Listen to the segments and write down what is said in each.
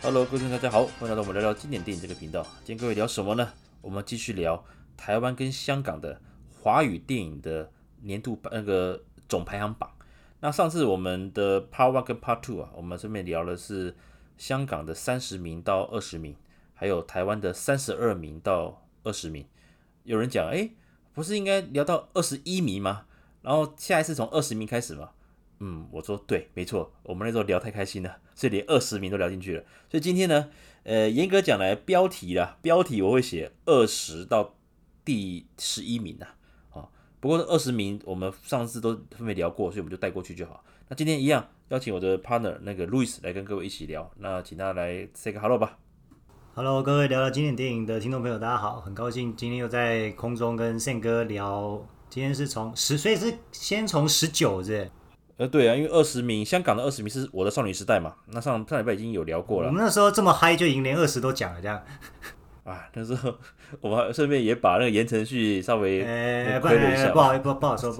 Hello，各位听众大家好，欢迎来到我们聊聊经典电影这个频道。今天各位聊什么呢？我们继续聊台湾跟香港的华语电影的年度那个总排行榜。那上次我们的 Part One 跟 Part Two 我们这边聊的是香港的30名到20名，还有台湾的32名到20名。有人讲，不是应该聊到21名吗？然后下一次从20名开始吗？我说对，没错，我们那时候聊太开心了，所以连20名都聊进去了。所以今天呢，严格讲来，标题我会写20到第11名不过20名我们上次都分别聊过，所以我们就带过去就好。那今天一样邀请我的 partner 那个 Louis 来跟各位一起聊，那请他来 say 个 hello 吧。 Hello，各位聊聊经典电影的听众朋友，大家好，很高兴今天又在空中跟宪哥聊。今天是从所以是先从19是对啊，因为20名，香港的20名是我的少女时代嘛，那上礼拜已经有聊过了。 我们那时候这么嗨，就已经连20都讲了，这样。 那时候我们还顺便也把那个言承旭稍微亏了一下。 不好说。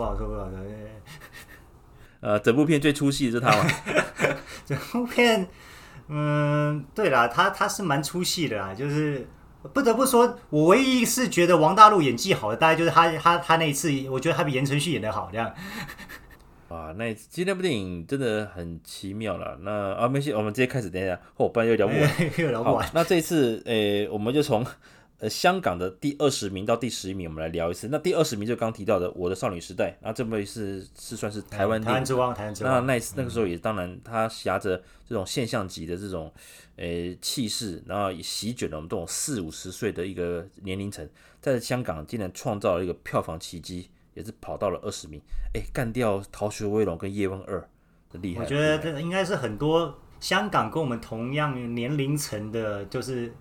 整部片最出戏的是他嘛？ 整部片，对啦，他是蛮出戏的啦，就是不得不说，我唯一是觉得王大陆演技好的，大概就是他那一次，我觉得他比言承旭演的好，这样。 今天那部电影真的很奇妙了。那没事，我们直接开始，等一下，不然又聊不完。 又聊不完。 那这一次，我们就从香港的第20名到第11名，我们来聊一次。那第20名就刚提到的《我的少女时代》，那这部是算是台湾电影， 台湾之王。 那个时候也当然，它挟着这种现象级的这种气势，然后也席卷了我们这种40-50岁的一个年龄层，在香港竟然创造了一个票房奇迹。也是跑到了20名，干掉《逃学威龙》跟《叶问2》，厉害！ 我觉得这应该是很多香港跟我们同样年龄层的，就是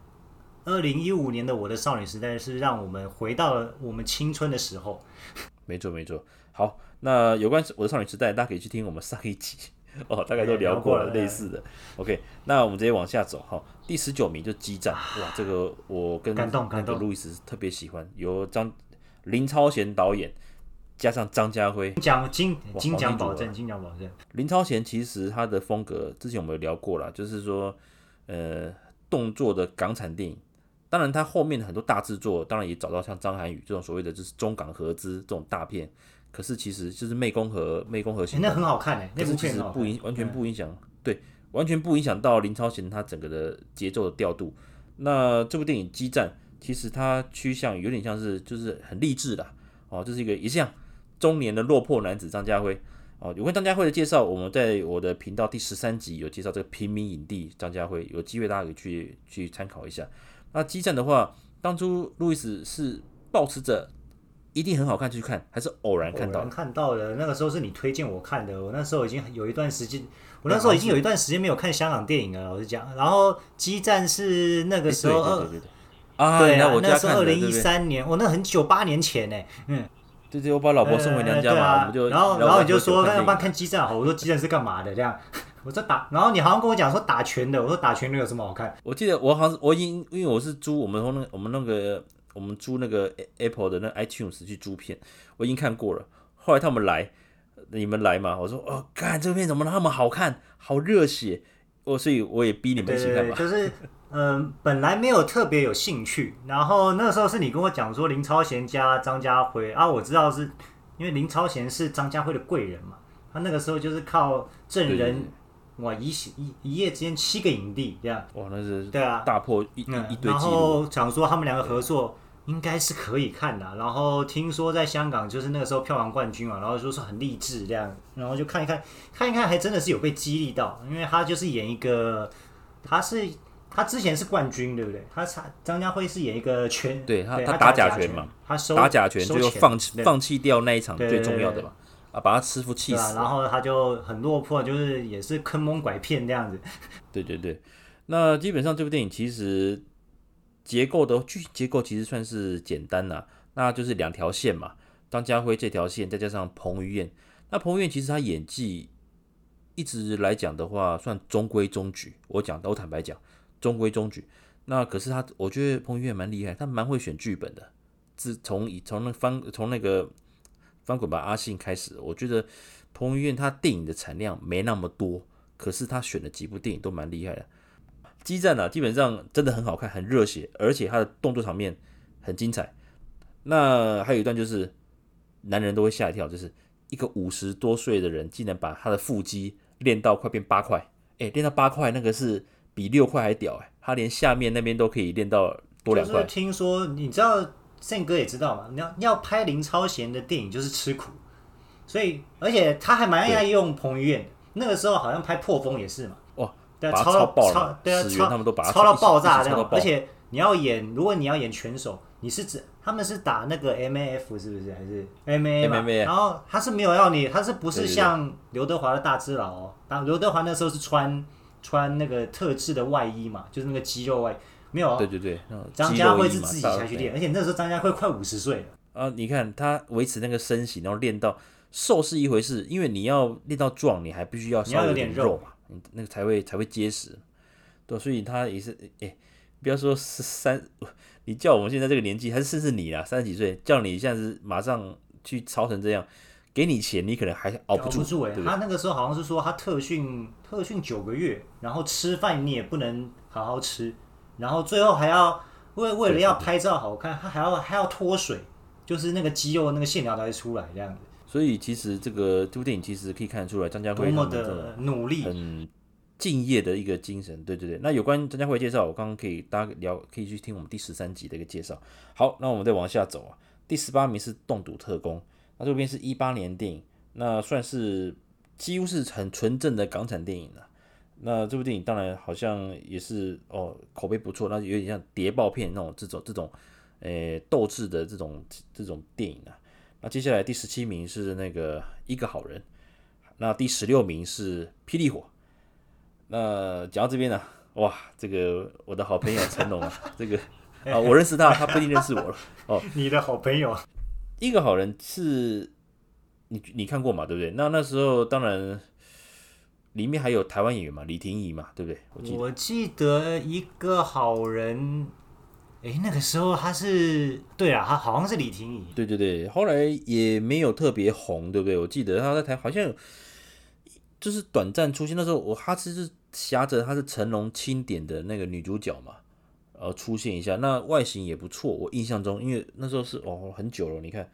2015年的《我的少女时代》是让我们回到了我们青春的时候。 没错。好，那有关《我的少女时代》，大家可以去听我们上一集大概都聊过了类似的。OK， 那我们直接往下走哈。第19名就《激战》，哇，这个我跟感动路易斯特别喜欢，由林超贤导演。加上张家辉， 金奖保证。 林超贤其实他的风格，之前我们有聊过啦，就是说，动作的港产电影。当然，他后面很多大制作，当然也找到像张涵予这种所谓的就是中港合资这种大片。可是其实就是湄公河行动， 那很好看那部片完全不影响，对，完全不影响到林超贤他整个的节奏的调度。那这部电影《激战》，其实它趋向有点像是就是很励志的这是一个也像。中年的落魄男子张家辉有关张家辉的介绍，我们在我的频道第13集有介绍这个平民影帝张家辉，有机会大家可以去参考一下。那激战的话，当初路易斯是抱持着一定很好看就去看，还是偶然看到的？那个时候是你推荐我看的，我那时候已经有一段时间没有看香港电影了，老实讲。然后激战是那个时候对那时候2013年，那很久，8年前呢。 对，我把老婆送回娘家嘛，我们就然后你就说要不然看激战好，我说激战是干嘛的这样，我说然后你好像跟我讲说打拳的，我说打拳的有什么好看？ 我记得因为我是租我们租那个 Apple 的那 iTunes 去租片，我已经看过了。后来你们来嘛，我说看这个片怎么那么好看，好热血，所以我也逼你们一起看吧。 就是本来没有特别有兴趣，然后那时候是你跟我讲说林超贤加张家辉我知道是因为林超贤是张家辉的贵人嘛，他那个时候就是靠证人哇一夜之间7个影帝这样， 哇那是对啊大破一堆纪录， 然后想说他们两个合作应该是可以看的，然后听说在香港就是那个时候票房冠军嘛，然后就说很励志这样，然后就看一看，还真的是有被激励到，因为他就是演一个他之前是冠军，对不对？张家辉是演一个对他打假拳嘛，他打假拳就放弃掉那一场最重要的嘛，把他师傅气死， 然后他就很落魄，就是也是坑蒙拐骗这样子。 对，那基本上这部电影其实剧情结构其实算是简单啦，那就是2条线嘛，张家辉这条线再加上彭于晏，那彭于晏其实他演技一直来讲的话算中规中矩，我坦白讲。中规中矩，那可是我觉得彭于晏蛮厉害，他蛮会选剧本的。从那个翻滚吧阿信开始，我觉得彭于晏他电影的产量没那么多，可是他选的几部电影都蛮厉害的。 激战啊，基本上真的很好看，很热血，而且他的动作场面很精彩。那还有一段就是男人都会吓一跳，就是一个50多岁的人竟然把他的腹肌练到快变8块，练到8块，那个是比6块还屌他连下面那边都可以练到多2块。 就是听说，你知道宪哥也知道嘛，你要拍林超贤的电影就是吃苦，所以而且他还蛮爱用彭于晏的，那个时候好像拍破风也是嘛， 哇， 对啊， 把他超爆了， 对啊， 史源他们都把他超到爆炸这样， 超到爆而且如果你要演拳手，你是指他们是打那个 MAF 是不是还是 MMA 嘛？ MMA 然后他是没有要你，他是不是对对对像刘德华的大只佬哦？刘德华那时候是穿那个特制的外衣嘛，就是那个肌肉外，没有。 对对对， 张家辉是自己下去练，而且那时候张家辉快50岁了。 啊，你看他维持那个身形，然后练到瘦是一回事，因为你要练到壮，你还必须要稍微有点肉嘛，你那个才会结实。对，所以他也是，不要说你叫我们现在这个年纪，还是甚至你啦，30几岁，叫你现在是马上去操成这样，给你钱，你可能还熬不住。对对， 他那个时候好像是说他特训9个月，然后吃饭你也不能好好吃，然后最后还要为了要拍照好看，他还要脱水，就是那个肌肉那个线条才会出来这样子。 所以其实这部电影其实可以看得出来，张家辉多么的努力， 很敬业的一个精神。对对对，那有关张家辉的介绍，我刚刚大家可以去听我们第13集的一个介绍。好，那我们再往下走啊。第18名是《冻赌特工》，那这边是18年电影，那算是几乎是很纯正的港产电影了。那这部电影当然好像也是口碑不错，那有点像谍报片那种这种斗智的这种电影啊。那接下来第17名是那个《一个好人》，那第16名是《霹雳火》。那讲到这边呢，哇，这个我的好朋友成龙啊，这个我认识他，他不一定认识我了哦。 你的好朋友，《 一个好人》是你看过嘛？对不对？那时候当然里面还有台湾演员嘛，李婷宜嘛，对不对？ 我记得《一个好人》。那个时候对啊，他好像是李婷宜。 对对对，后来也没有特别红，对不对？我记得他在台好像就是短暂出现，那时候他是挟着他是成龙钦点的那个女主角嘛，出现一下，那外形也不错，我印象中，因为那时候是很久了，你看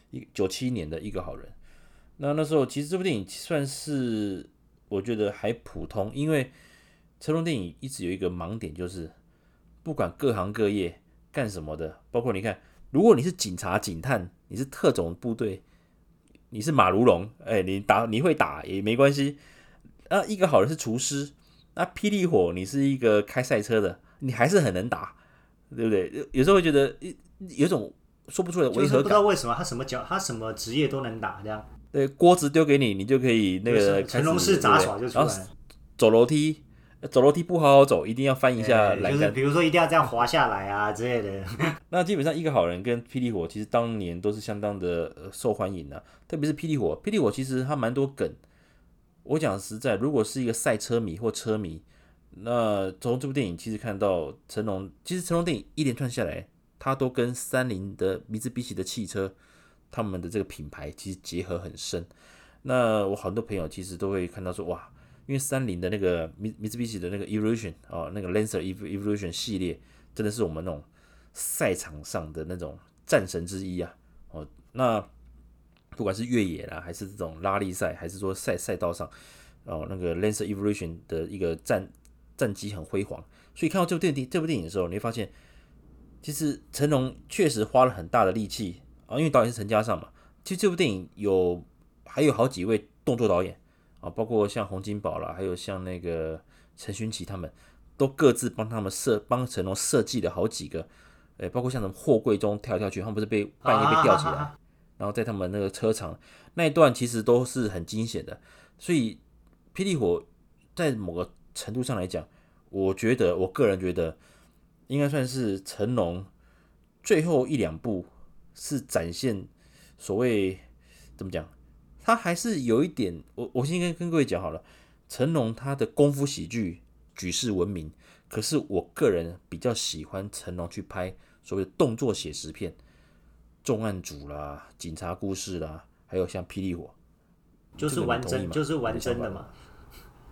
97年的一个好人，那时候其实这部电影算是我觉得还普通，因为成龙电影一直有一个盲点就是。不管各行各业干什么的，包括你看，如果你是警察、警探，你是特种部队，你是马如龙，你会打也没关系。那一个好人是厨师，那霹雳火你是一个开赛车的，你还是很能打，对不对？有时候会觉得有种说不出来的违和感， 就是不知道为什么他什么职业都能打这样。 对，锅子丢给你，你就可以那个成龙式杂耍就出来了。 走楼梯不好好走，一定要翻一下栏杆， 就是比如说一定要这样滑下来啊之类的。 那基本上一个好人跟霹雳火其实当年都是相当的受欢迎的，特别是霹雳火其实它蛮多梗。我讲实在，如果是一个赛车迷或车迷，那从这部电影其实看到成龙电影一连串下来，它都跟30的米兹比喜的汽车，他们的这个品牌其实结合很深。那我很多朋友其实都会看到说，哇。因为30的那个米兹比喜的那个 Evolution 那个 Lancer Evolution 系列，真的是我们那种赛场上的那种战神之一啊！那不管是越野啦，还是这种拉力赛，还是说赛道上，那个 Lancer Evolution 的一个战绩很辉煌。所以看到这部电影的时候，你会发现，其实成龙确实花了很大的力气因为导演是陈嘉上嘛。其实这部电影还有好几位动作导演。包括像洪金宝啦，还有像那个陈勋奇他们，都各自帮成龙设计了好几个，包括像什么货柜中跳来跳去，他们不是半夜被吊起来，然后在他们那个车场那一段其实都是很惊险的，所以霹雳火在某个程度上来讲，我个人觉得应该算是成龙最后1-2部是展现所谓怎么讲。他还是有一点，我先跟各位讲好了，成龙他的功夫喜剧举世闻名，可是我个人比较喜欢成龙去拍所谓的动作写实片，重案组啦、警察故事啦，还有像霹雳火， 就是玩真的嘛。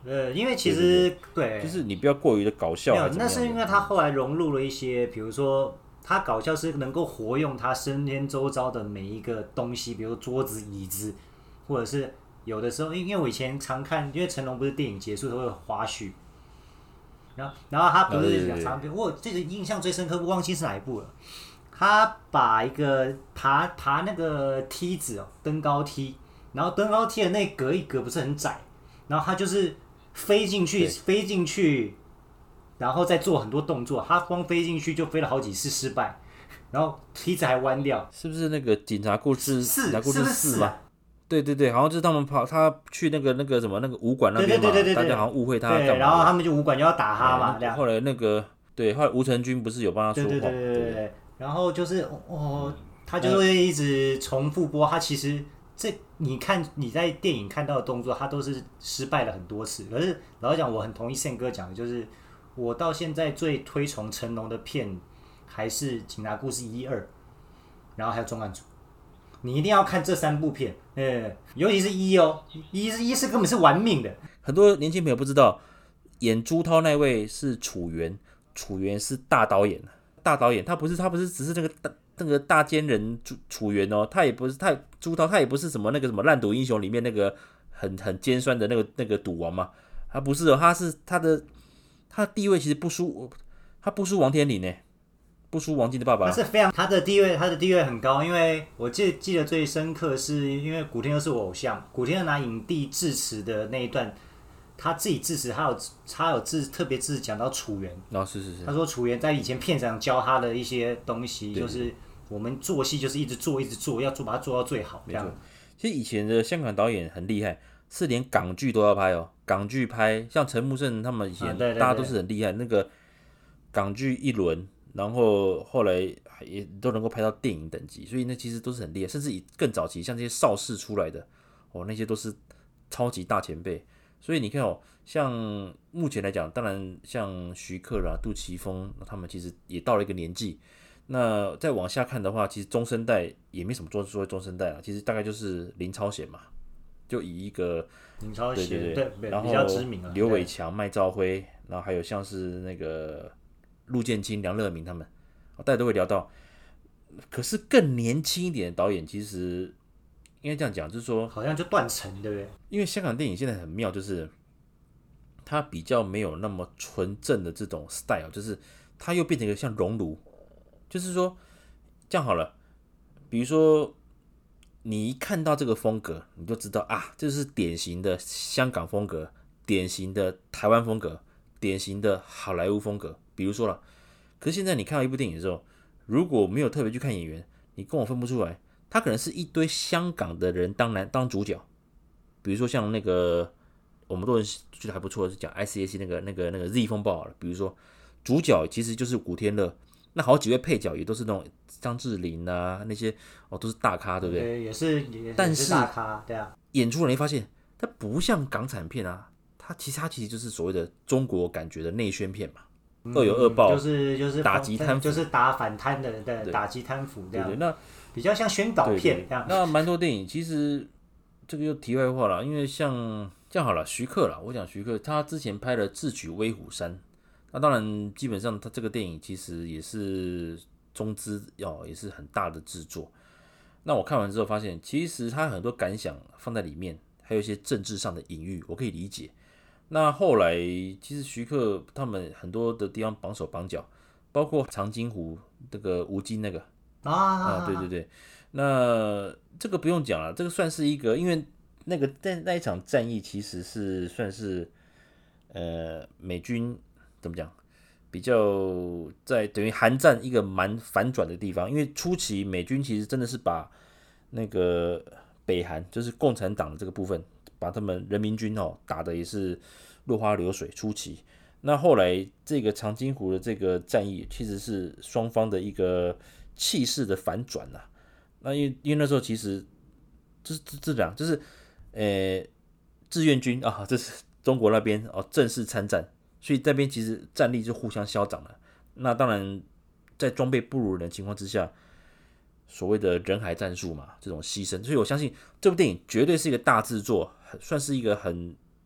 因为其实对， 就是你不要过于的搞笑没有， 还是怎么样的。 那是因为他后来融入了一些，比如说他搞笑是能够活用他身边周遭的每一个东西，比如说桌子、椅子，或者是有的时候，因为我以前常看，因为成龙不是电影结束都会有花絮，然后他不是常，我这个印象最深刻，忘记是哪一部了。他把一个爬那个梯子哦，登高梯，然后登高梯的那格一格不是很窄，然后他就是飞进去，然后再做很多动作，他光飞进去就飞了好几次失败，然后梯子还弯掉。 是不是那个警察故事是不是 4吗？对对对，好像就是他去那个什么那个武馆那边嘛，大家好像误会他干嘛。 对，然后他们就武馆就要打他嘛，这样。 后来后来吴承军不是有帮他说话？ 对，然后就是他就会一直重复播，他其实你看你在电影看到的动作，他都是失败了很多次。可是老实讲，我很同意宪哥讲的，就是我到现在最推崇成龙的片还是《警察故事》1、2，然后还有《重案组》。你一定要看这3部片，尤其是一是根本是玩命的。 很多年轻朋友不知道，演朱涛那位是楚原，楚原是大导演，他不是只是那个大奸人楚原哦，他也不是朱涛，他也不是什么那个什么烂赌英雄里面那个很尖酸的那个赌王嘛，他不是哦，他的地位其实不输王天林呢。不输王晶的爸爸， 他的地位很高，因为我记得最深刻是因为古天乐是我偶像，古天乐拿影帝致辞的那一段，他自己致辞，他有特别致辞讲到楚原， 是， 他说楚原在以前片场教他的一些东西，就是我们做戏就是一直做，要把它做到最好，这样。 其实以前的香港导演很厉害，是连港剧都要拍哦，港剧拍像陈木胜他们以前，大家都是很厉害，那个港剧一轮。然后后来也都能够拍到电影等级，所以那其实都是很厉害，甚至以更早期像这些邵氏出来的那些都是超级大前辈。所以你看像目前来讲，当然像徐克啦、杜琪峰他们其实也到了一个年纪。那再往下看的话，其实中生代也没什么说中生代啦，其实大概就是林超贤嘛，就以一个林超贤对，然后比较知名了， 刘伟强、麦兆辉，然后还有像是那个。陆建清、梁乐明他们，大家都会聊到。可是更年轻一点的导演，其实应该这样讲，就是说， 好像就断层，对不对？ 因为香港电影现在很妙，就是它比较没有那么纯正的这种 style，就是它又变成一个像熔炉，就是说这样好了。比如说，你一看到这个风格，你就知道啊，这是典型的香港风格，典型的台湾风格，典型的好莱坞风格。比如说了，可是现在你看到一部电影的时候，如果没有特别去看演员，你跟我分不出来，他可能是一堆香港的人当主角。比如说像那个我们都人觉得还不错的是讲 ICAC 那个 Z 风暴好了，比如说主角其实就是古天乐，那好几位配角也都是那种张智霖啊那些都是大咖，对不对？ 对，也是大咖，对啊。 演出来你发现，它不像港产片啊，它其实就是所谓的中国感觉的内宣片嘛。恶有恶报， 就是打击贪腐， 就是打反贪的，对，打击贪腐这样。对，那比较像宣导片这样。 那蛮多电影其实这个又题外话了，因为像这样好了，徐克啦，我讲徐克，他之前拍了《智取威虎山》，那当然基本上他这个电影其实也是中资也是很大的制作。那我看完之后发现，其实他很多感想放在里面，还有一些政治上的隐喻，我可以理解。那后来，其实徐克他们很多的地方绑手绑脚，包括长津湖这个吴京那个对，那这个不用讲了，这个算是一个，因为那个那一场战役其实是算是美军怎么讲，比较在等于韩战一个蛮反转的地方，因为初期美军其实真的是把那个北韩就是共产党的这个部分。把他们人民军打的也是落花流水，初期。那后来这个长津湖的这个战役，其实是双方的一个气势的反转啦。那因为那时候其实这样，就是志愿军啊，这是中国那边正式参战，所以这边其实战力就互相消长了。那当然，在装备不如人的情况之下。所谓的人海战术嘛，这种牺牲，所以我相信这部电影绝对是一个大制作，算是一个很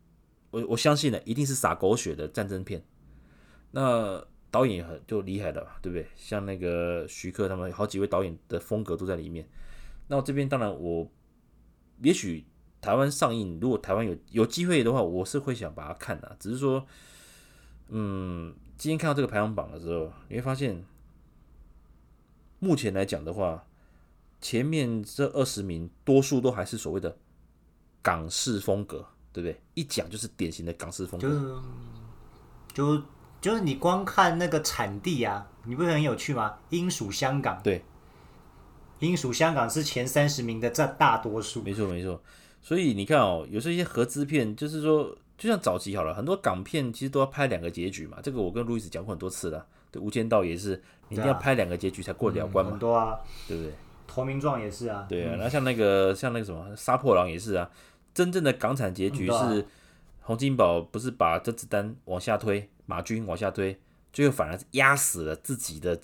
我相信呢，一定是洒狗血的战争片。那导演也就厉害了吧，对不对？像那个徐克他们好几位导演的风格都在里面。那我这边当然也许台湾上映，如果台湾有机会的话，我是会想把它看的。只是说，今天看到这个排行榜的时候，你会发现，目前来讲的话，前面这20名多数都还是所谓的港式风格，对不对？一讲就是典型的港式风格， 就是你光看那个产地啊，你不是很有趣吗？英属香港， 对， 英属香港是前30名的占大多数。 没错没错。所以你看哦，有时候一些合资片，就是说，就像早期好了，很多港片其实都要拍2个结局嘛。这个我跟路易斯讲过很多次了。对，《无间道》也是，你一定要拍2个结局才过得了关嘛， 很多啊， 对不对？ 投名状也是啊。 对啊，那像那个什么《杀破狼》也是啊，真正的港产结局是洪金宝不是把甄子丹往下推，马军往下推，最后反而压死了自己的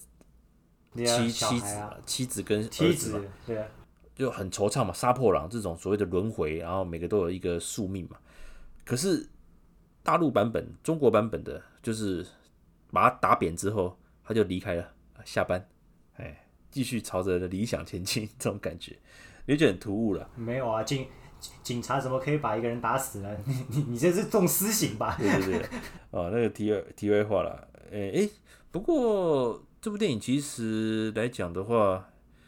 妻子跟儿子嘛， 对啊， 就很惆怅嘛。杀破狼这种所谓的轮回，然后每个都有一个宿命嘛。可是大陆版本、中国版本的，就是把他打扁之后，他就离开了，下班，继续朝着理想前进，这种感觉，你就觉得很突兀了。 没有啊，警察怎么可以把一个人打死呢？你这是重私刑吧？ 对对对，哦，那个题外话了，不过这部电影其实来讲的话，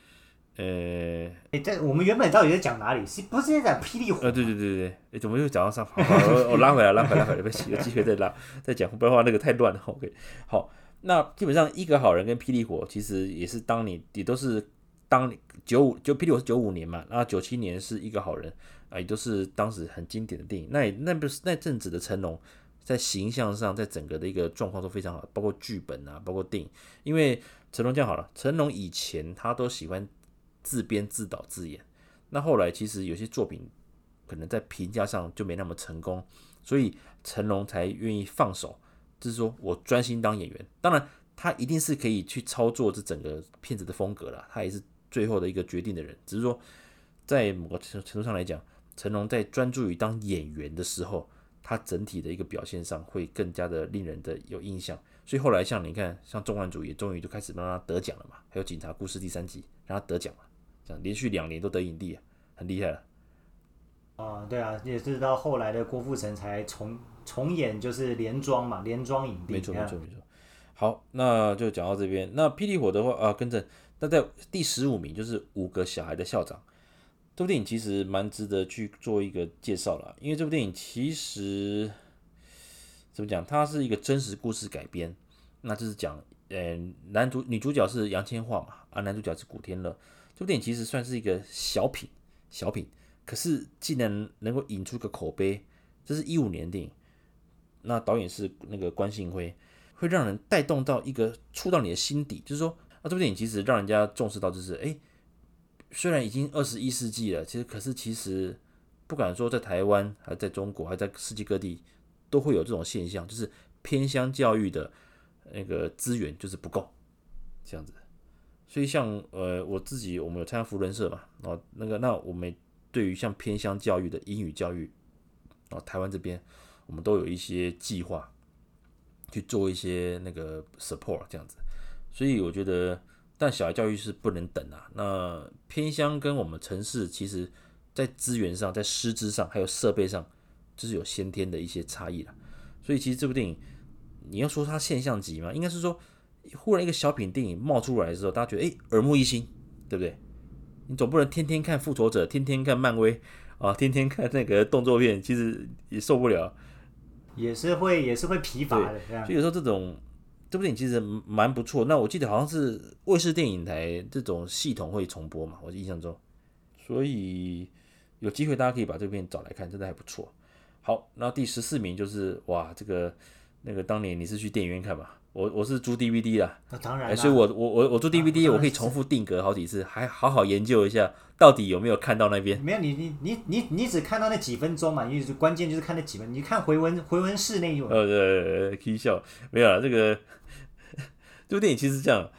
我们原本到底在讲哪里？不是在讲霹雳火？ 对对对对，怎么又讲到上？好，我拉回来，有机会再讲，不然的话那个太乱了。OK， 好，那基本上一个好人跟霹雳火其实也是当年也都是霹雳火是95年嘛，然后97年是一个好人啊，也都是当时很经典的电影。那阵子的成龙在形象上，在整个的一个状况都非常好，包括剧本啊，包括电影。因为成龙这样好了，成龙以前他都喜欢自编自导自演，那后来其实有些作品可能在评价上就没那么成功，所以成龙才愿意放手，就是说我专心当演员。当然，他一定是可以去操作这整个片子的风格啦，他也是最后的一个决定的人。只是说，在某个程度上来讲，成龙在专注于当演员的时候，他整体的一个表现上会更加的令人的有印象。所以后来像你看，像重案组也终于就开始让他得奖了嘛，还有警察故事第3集让他得奖了，这样连续2年都得影帝，很厉害了。 对啊，也是到后来的郭富城才重演就是连庄嘛，连庄影帝。 没错。好，那就讲到这边。那霹雳火的话更正，那在第15名就是5个小孩的校长。这部电影其实蛮值得去做一个介绍啦，因为这部电影其实怎么讲，它是一个真实故事改编。那就是讲，女主角是杨千嬅嘛，男主角是古天乐。这部电影其实算是一个小品，可是竟然能够引出个口碑，这是15年的电影。那导演是那个关信辉，会让人带动到一个触到你的心底，就是说，这部电影其实让人家重视到，就是虽然已经21世纪了，其实不管说在台湾，还在中国，还在世界各地，都会有这种现象，就是偏乡教育的那个资源就是不够，这样子。所以像我们有参加扶轮社嘛，那我们对于像偏乡教育的英语教育，台湾这边我们都有一些计划去做一些那个 support 这样子。所以我觉得，但小孩教育是不能等啊。那偏乡跟我们城市其实在资源上、在师资上还有设备上，就是有先天的一些差异啦。所以其实这部电影，你要说它现象级嘛，应该是说，忽然一个小品电影冒出来的时候，大家觉得耳目一新，对不对？你总不能天天看复仇者，天天看漫威啊，天天看那个动作片，其实也受不了， 也是会疲乏的。 所以有时候这部电影其实蛮不错。那我记得好像是卫视电影台这种系统会重播嘛，我印象中，所以有机会大家可以把这部片找来看，真的还不错。好，那第14名就是那个当年你是去电影院看嘛？我是租 DVD 啦， 当然啦， 所以我租 DVD，我可以重复定格好几次，还好好研究一下到底有没有看到那边。 没有你只看到那几分钟嘛，你关键就是看那几分，你看回文室内容。 可以笑，没有啦，这部电影其实这样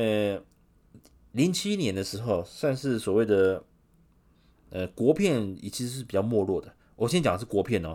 ，07年的时候算是所谓的国片其实是比较没落的。我先讲的是国片哦。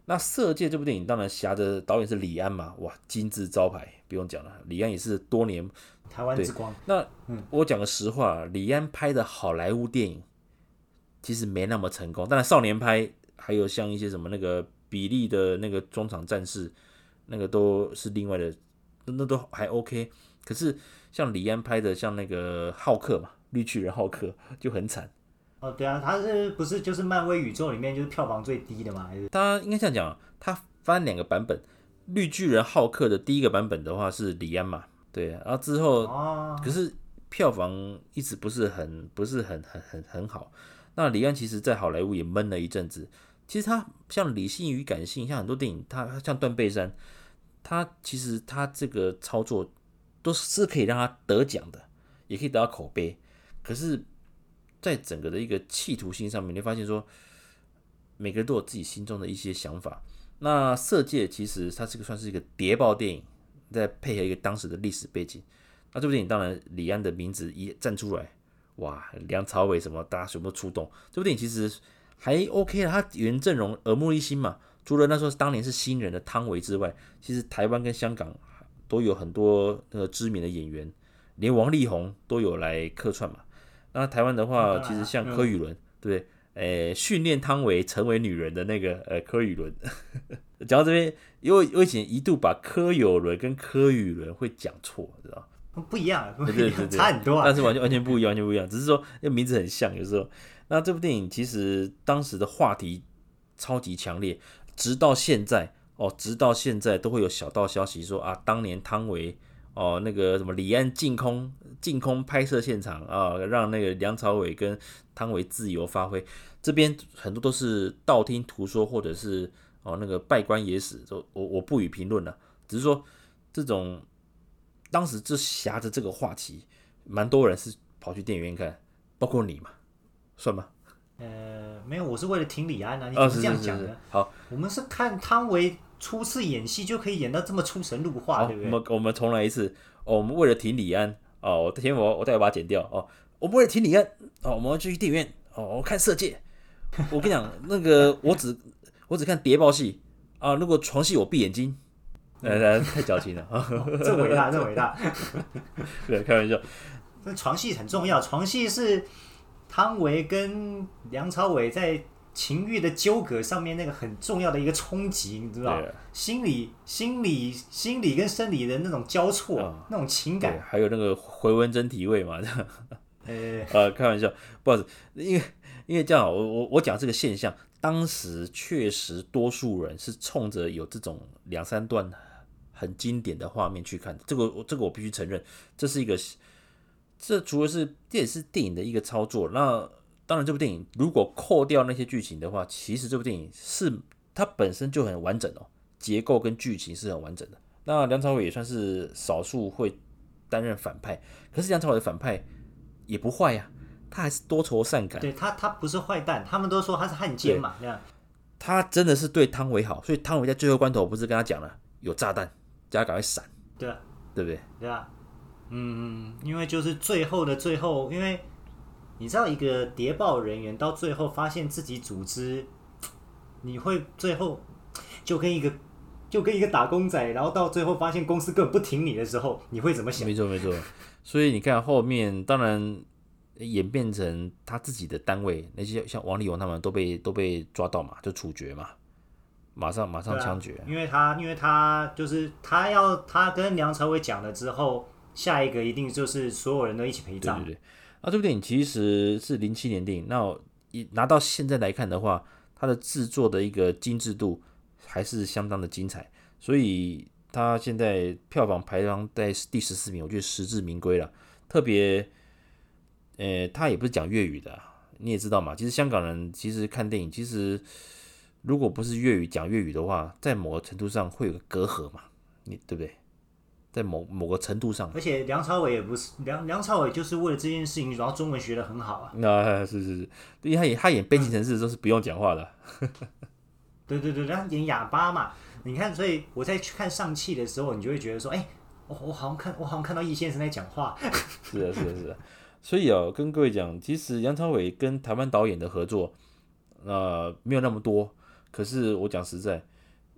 那《色戒》这部电影，当然侠的导演是李安嘛，哇，金字招牌不用讲了，李安也是多年台湾之光。 那我讲个实话，李安拍的好莱坞电影其实没那么成功，当然少年拍还有像一些什么那个比利的那个中场战士，那个都是另外的，那都还 OK。可是像李安拍的，像那个浩克嘛，绿巨人浩克就很惨。 哦，对啊，他是不是就是漫威宇宙里面就是票房最低的嘛？还是他应该这样讲，他翻2个版本，绿巨人浩克的第一个版本的话是李安嘛，对，然后之后，可是票房一直不是很好。那李安其实在好莱坞也闷了一阵子。其实他像理性与感性，像很多电影，他像断背山，其实他这个操作都是可以让他得奖的，也可以得到口碑。可是，在整个的一个企图心上面，你会发现说，每个人都有自己心中的一些想法。那《色戒》其实它算是一个谍报电影，再配合一个当时的历史背景。那这部电影当然李安的名字一站出来，哇，梁朝伟什么大家全部出动。这部电影其实还 OK 啦，他原阵容耳目一新嘛。除了那时候当年是新人的汤唯之外，其实台湾跟香港都有很多知名的演员，连王力宏都有来客串嘛。那台湾的话，其实像柯宇伦，对不对？训练汤唯成为女人的那个柯宇伦。讲到这边，因为我以前一度把柯有伦跟柯宇伦会讲错，知道吗？ 不一样， 对， 差很多啊。 但是完全不一样，完全不一样。只是说那名字很像，有时候。那这部电影其实当时的话题超级强烈，直到现在都会有小道消息说啊，当年汤唯那个什么李安净空拍摄现场啊，让那个梁朝伟跟汤唯自由发挥。这边很多都是道听途说，或者是那个拜官野史，我不予评论了。只是说这种当时就挟着这个话题，蛮多人是跑去电影院看，包括你嘛，算吗？ 没有，我是为了挺李安啊，你怎么这样讲呢？ 好， 我们是看汤唯初次演戏就可以演到这么出神入化，对不对？ 我们重来一次。我们为了挺李安我待会把它剪掉我们为了挺李安我们要去电影院我看《色戒》。我跟你讲，那个我只看谍报戏如果床戏我闭眼睛。太矫情了这伟大，这伟大。 对，开玩笑。 那床戏很重要，床戏是汤唯跟梁朝伟在情欲的纠葛上面那个很重要的一个冲击，你知道？心理跟生理的那种交错，那种情感， 还有那个回纹针体位嘛，开玩笑，不好意思，因为这样，我讲这个现象，当时确实多数人是冲着有这种2-3段很经典的画面去看的，这个我必须承认，这除了这也是电影的一个操作。那当然，这部电影如果扣掉那些剧情的话，其实这部电影它本身就很完整结构跟剧情是很完整的。那梁朝伟也算是少数会担任反派，可是梁朝伟的反派也不坏呀，他还是多愁善感。 对他不是坏蛋，他们都说他是汉奸嘛，这样。 他真的是对汤唯好，所以汤唯在最后关头不是跟他讲了有炸弹，叫他赶快闪， 对啊， 对不对？ 对啊，因为就是最后的最后，因为你知道一个谍报人员到最后发现自己组织，你会最后就跟一个打工仔，然后到最后发现公司根本不挺你的时候，你会怎么想？ 没错。所以你看后面，当然演变成他自己的单位，那些像王力宏他们都被抓到嘛，就处决嘛，马上枪决。 因为他就是他跟梁朝伟讲了之后，下一个一定就是所有人都一起陪葬。 对。那这部电影其实是07年电影，那拿到现在来看的话，它的制作的一个精致度还是相当的精彩，所以它现在票房排行在第14名，我觉得实至名归了。特别，它也不是讲粤语的你也知道嘛，其实香港人其实看电影，其实如果不是讲粤语的话，在某个程度上会有个隔阂嘛，对不对？在某个程度上， 而且梁朝伟也不是梁朝伟，就是为了这件事情，然后中文学得很好啊。 是，因为他演悲情城市的时候是不用讲话的。 对，他演哑巴嘛。你看，所以我在去看上汽的时候，你就会觉得说，我好像看到易先生在讲话。 是的。所以跟各位讲，其实梁朝伟跟台湾导演的合作，没有那么多。可是我讲实在，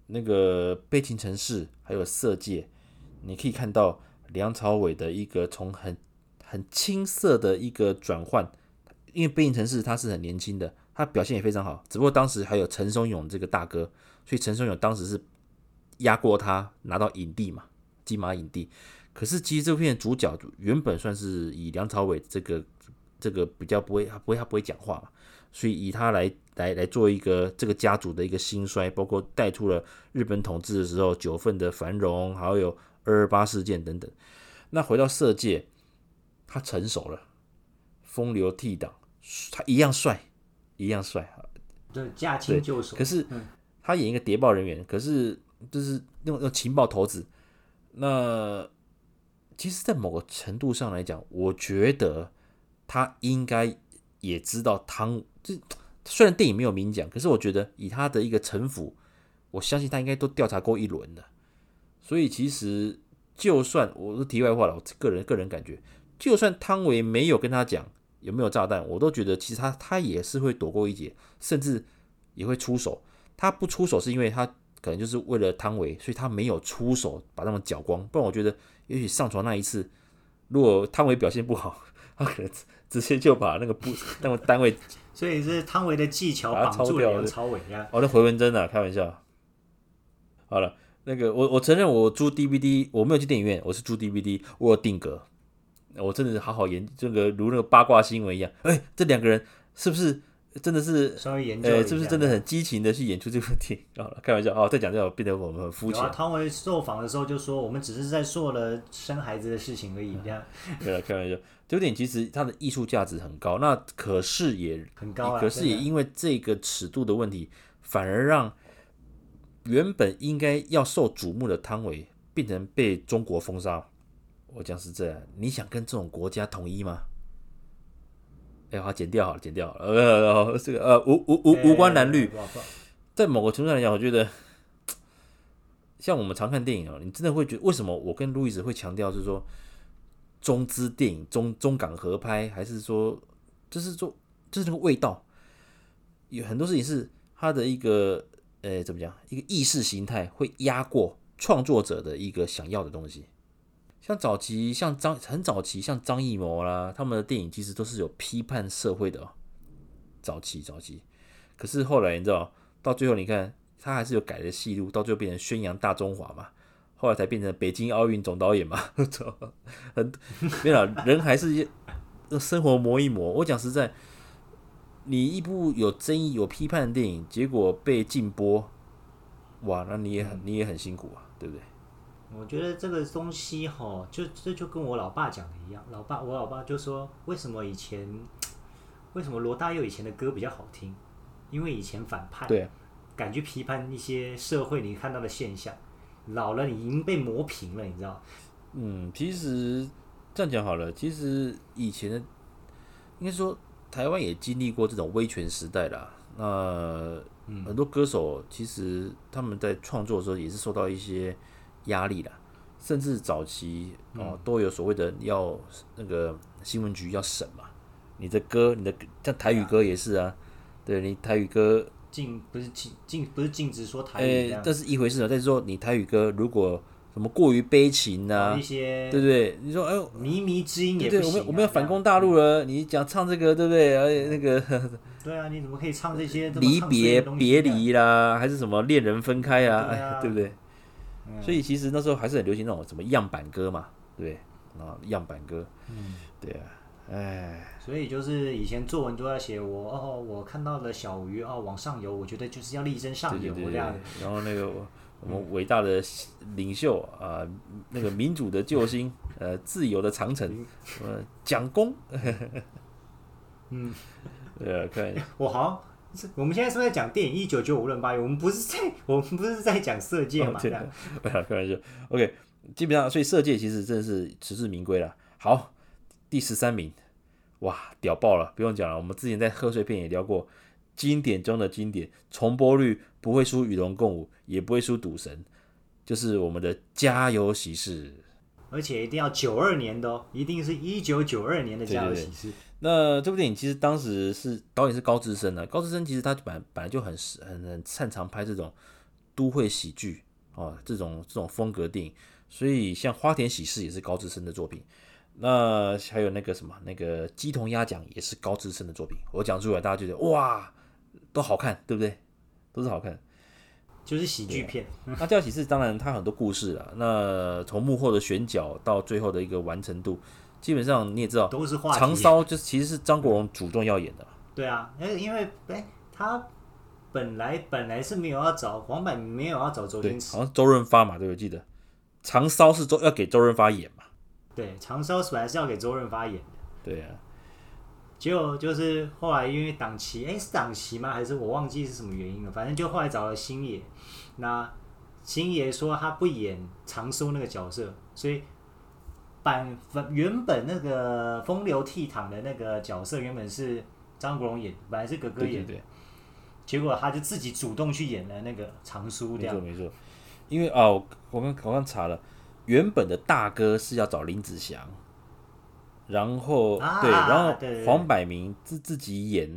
那个悲情城市还有色戒，你可以看到梁朝伟的一个从很青涩的一个转换，因为悲情城市他是很年轻的，他表现也非常好，只不过当时还有陈松勇这个大哥，所以陈松勇当时是压过他拿到影帝嘛，金马影帝。可是其实这片主角原本算是以梁朝伟这个比较他不会讲话嘛，所以以他来做一个这个家族的一个兴衰，包括带出了日本统治的时候九份的繁荣，还有228事件等等。那回到色戒，他成熟了，风流倜傥，他一样帅，一样帅， 对，驾轻就熟。 可是他演一个谍报人员，可是就是用情报头子。那其实，在某个程度上来讲，我觉得他应该也知道虽然电影没有明讲，可是我觉得以他的一个城府，我相信他应该都调查过一轮的。所以其实就算我是题外话了，我个人感觉，就算汤唯没有跟他讲有没有炸弹，我都觉得其实他也是会躲过一劫，甚至也会出手。他不出手是因为他可能就是为了汤唯，所以他没有出手把他们搅光。不然我觉得，也许上床那一次，如果汤唯表现不好，他可能直接就把那个单位， 所以是汤唯的技巧绑住了梁朝伟呀。 那回文针啊，开玩笑。好了，那个我承认我租 DVD， 我没有去电影院，我是租 DVD， 我有定格，我真的是好好研这个如那个八卦新闻一样。这两个人是不是真的是稍微研究一下， 是不是真的很激情的去演出这部电影？开玩笑再讲这个变得我们很肤浅。 汤唯受访的时候就说，我们只是在做了生孩子的事情而已，这样。 对了，开玩笑。这部电影其实它的艺术价值很高，那可是也很高， 可是也因为这个尺度的问题，反而让原本应该要受瞩目的汤唯变成被中国封杀。我讲实在，你想跟这种国家统一吗？好，剪掉好了，剪掉好了。这个无关蓝绿。在某个程度上来讲，我觉得像我们常看电影你真的会觉得为什么我跟路易斯会强调，就是说中资电影、中港合拍，还是说就是那个味道，有很多事情是它的一个怎么讲，一个意识形态会压过创作者的一个想要的东西。像很早期像张艺谋啦，他们的电影其实都是有批判社会的早期。可是后来你知道，到最后你看他还是有改了戏路，到最后变成宣扬大中华嘛，后来才变成北京奥运总导演嘛。没有啦，人还是生活磨一磨。我讲实在，你一部有争议、有批判的电影，结果被禁播，哇，那你也很辛苦啊，对不对？ 我觉得这个东西这就跟我老爸讲的一样，我老爸就说，为什么罗大佑以前的歌比较好听？因为以前反叛， 对， 敢去批判一些社会你看到的现象，老了你已经被磨平了，你知道？ 其实这样讲好了，其实以前的应该说台湾也经历过这种威权时代啦。那很多歌手其实他们在创作的时候也是受到一些压力啦，甚至早期都有所谓的要那个新闻局要审嘛，你的歌，像台语歌也是啊，对你台语歌不是禁止说台语， 这是一回事啊。再说你台语歌如果什么过于悲情啊， 一些对不对？你说靡靡之音也不行， 对，我们要反攻大陆了，你讲唱这个对不对？而且那个对啊，你怎么可以唱这些离别、别离啦，还是什么恋人分开啊，对不对？所以其实那时候还是很流行那种什么样板歌嘛，对样板歌，对啊， 所以就是以前作文都要写我看到了小鱼往上游，我觉得就是要力争上游这样。 然后那个我们伟大的领袖那个民主的救星，自由的长城，蒋公，对啊，看我好像。我们现在是不是在讲电影1995论8月？我们不是在讲色戒嘛？ 对，开玩笑。OK， 基本上，所以色戒其实真的是实至名归了。好，第13名，哇，屌爆了，不用讲了。我们之前在贺岁片也聊过，经典中的经典，重播率不会输《与龙共舞》，也不会输《赌神》，就是我们的《家有喜事》。 而且一定要92年的一定是1992年的《家有喜事》。 那这部电影其实当时导演是高志森啊，高志森其实他本来就很擅长拍这种都会喜剧哦，这种风格电影，所以像花田喜事也是高志森的作品。那还有那个什么，那个鸡同鸭讲也是高志森的作品。我讲出来，大家觉得哇，都好看，对不对？都是好看， 就是喜剧片。 那《教喜事》当然它很多故事啦，那从幕后的选角到最后的一个完成度，基本上你也知道， 都是话题。 长烧就是其实是张国荣主动要演的。 对啊，因为他本来是没有要找黄百鸣，没有要找周星驰， 好像周润发嘛，对不对？记得长烧是要给周润发演嘛。 对，长烧本来是要给周润发演的。 对啊。 结果就是后来因为档期，是档期吗？还是我忘记是什么原因了？反正就后来找了星爷，那星爷说他不演长收那个角色，所以原本那个风流倜傥的那个角色原本是张国荣演，本来是哥哥演， 对， 结果他就自己主动去演了那个长苏，这样没错，因为我刚查了，原本的大哥是要找林子祥。然后黄百鸣自己演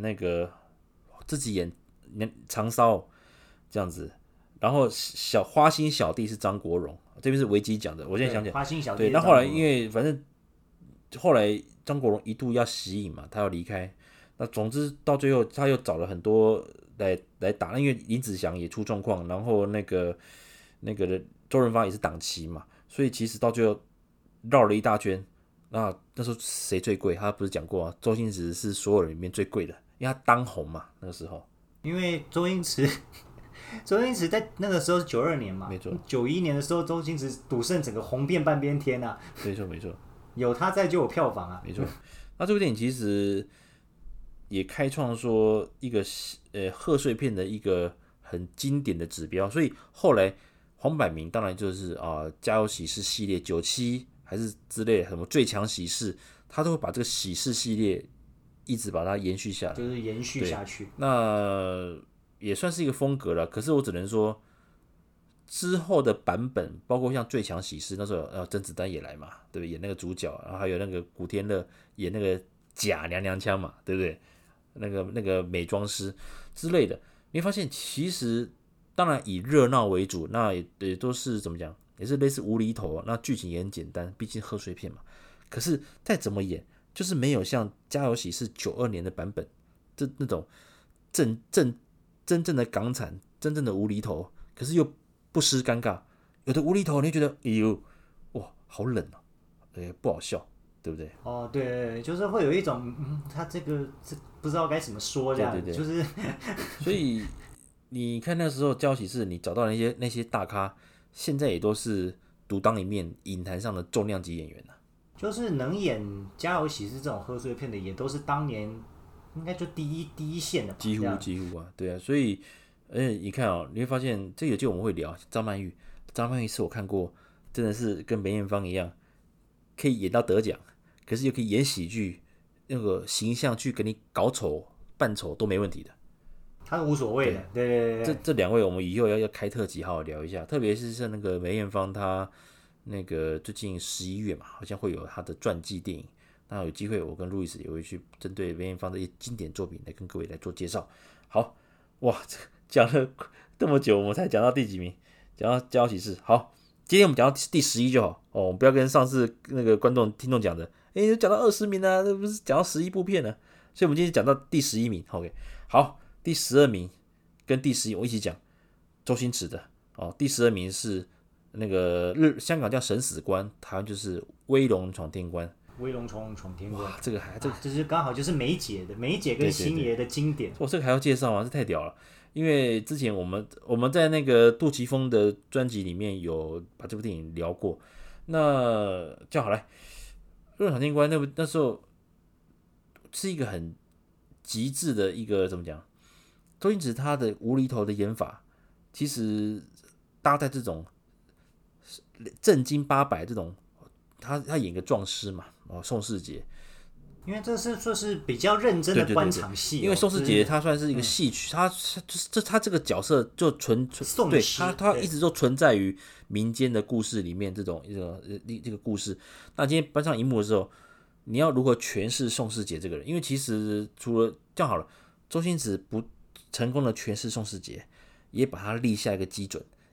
长烧这样子，然后花心小弟是张国荣，这边是维基讲的，我现在想起来， 花心小弟对，那后来因为反正后来张国荣一度要息影嘛，他要离开，那总之到最后他又找了很多来打，因为林子祥也出状况，然后那个周润发也是档期嘛，所以其实到最后绕了一大圈。那时候谁最贵？他不是讲过啊？周星驰是所有人里面最贵的，因为他当红嘛，那个时候。 因为周星驰在那个时候是92年嘛， 没错。 91年的时候，周星驰赌圣整个红遍半边天啊。 没错。 有他在就有票房啊。 没错。那这部电影其实也开创说一个贺岁片的一个很经典的指标，所以后来黄百鸣当然就是家有喜事系列97。还是之类的什么最强喜事，他都会把这个喜事系列一直把它延续下来， 就是延续下去。 那也算是一个风格了。可是我只能说，之后的版本，包括像最强喜事那时候，甄子丹也来嘛，对不对？演那个主角，然后还有那个古天乐演那个假娘娘腔嘛，对不对？那个美妆师之类的，你会发现其实当然以热闹为主，那也都是怎么讲？也是类似无厘头，那剧情也很简单，毕竟贺岁片嘛。可是再怎么演，就是没有像《家有喜事》92年的版本，那种真正的港产，真正的无厘头，可是又不失尴尬。有的无厘头，你会觉得，哎呦，哇，好冷啊，不好笑，对不对？ 对，就是会有一种，他这不知道该怎么说这样， 对， 就是， 所以你看那时候《家有喜事》，你找到那些大咖。现在也都是独当一面，影坛上的重量级演员就是能演《家有喜事》这种贺岁片的，也都是当年应该就第一线的吧。 几乎啊，对啊。所以，你看你会发现这有机会我们会聊张曼玉。张曼玉是我看过，真的是跟梅艳芳一样，可以演到得奖，可是又可以演喜剧，那个形象去给你搞丑、扮丑都没问题的。 他是无所谓的，对。 这两位我们以后要开特辑好好聊一下，特别是像那个梅艳芳，她那个最近11月嘛，好像会有她的传记电影。那有机会我跟路易斯也会去针对梅艳芳的一些经典作品来跟各位来做介绍。好，哇，讲了这么久，我们才讲到第几名？讲到《家有喜事》。好，今天我们讲到第11就好哦，我们不要跟上次那个听众讲的，讲到20名啊，这不是讲到11部片呢？所以我们今天讲到第11名。OK， 好。第12名跟第11名我一起讲，周星驰的第12名是那个香港叫审死官，台湾就是威龙闯天关。 威龙闯天关， 哇，这个就是刚好就是梅姐跟星爷的经典。 这个还要介绍吗？这太屌了！因为之前我们在那个杜琪峰的专辑里面有把这部电影聊过。那叫好来，威龙闯天关那时候是一个很极致的一个怎么讲？周星驰他的无厘头的演法，其实搭在这种正经800这种，他演个壮师嘛，宋世杰， 因为这是比较认真的官场戏， 因为宋世杰他算是一个戏曲，他这个角色就对他一直都存在于民间的故事里面，这个故事。那今天搬上荧幕的时候，你要如何诠释宋世杰这个人？因为其实除了这样好了，周星驰不成功的诠释宋世杰，也把他立下一个基准。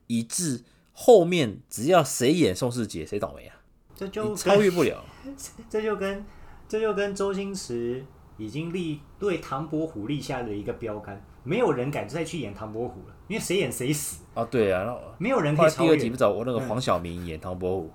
以致后面只要谁演宋世杰，谁倒霉啊？你超越不了。 这就跟周星驰已经对唐伯虎立下了一个标杆，没有人敢再去演唐伯虎了，因为谁演谁死啊。对啊， 没有人可以超越。 第二集不找我那个黄晓明演唐伯虎。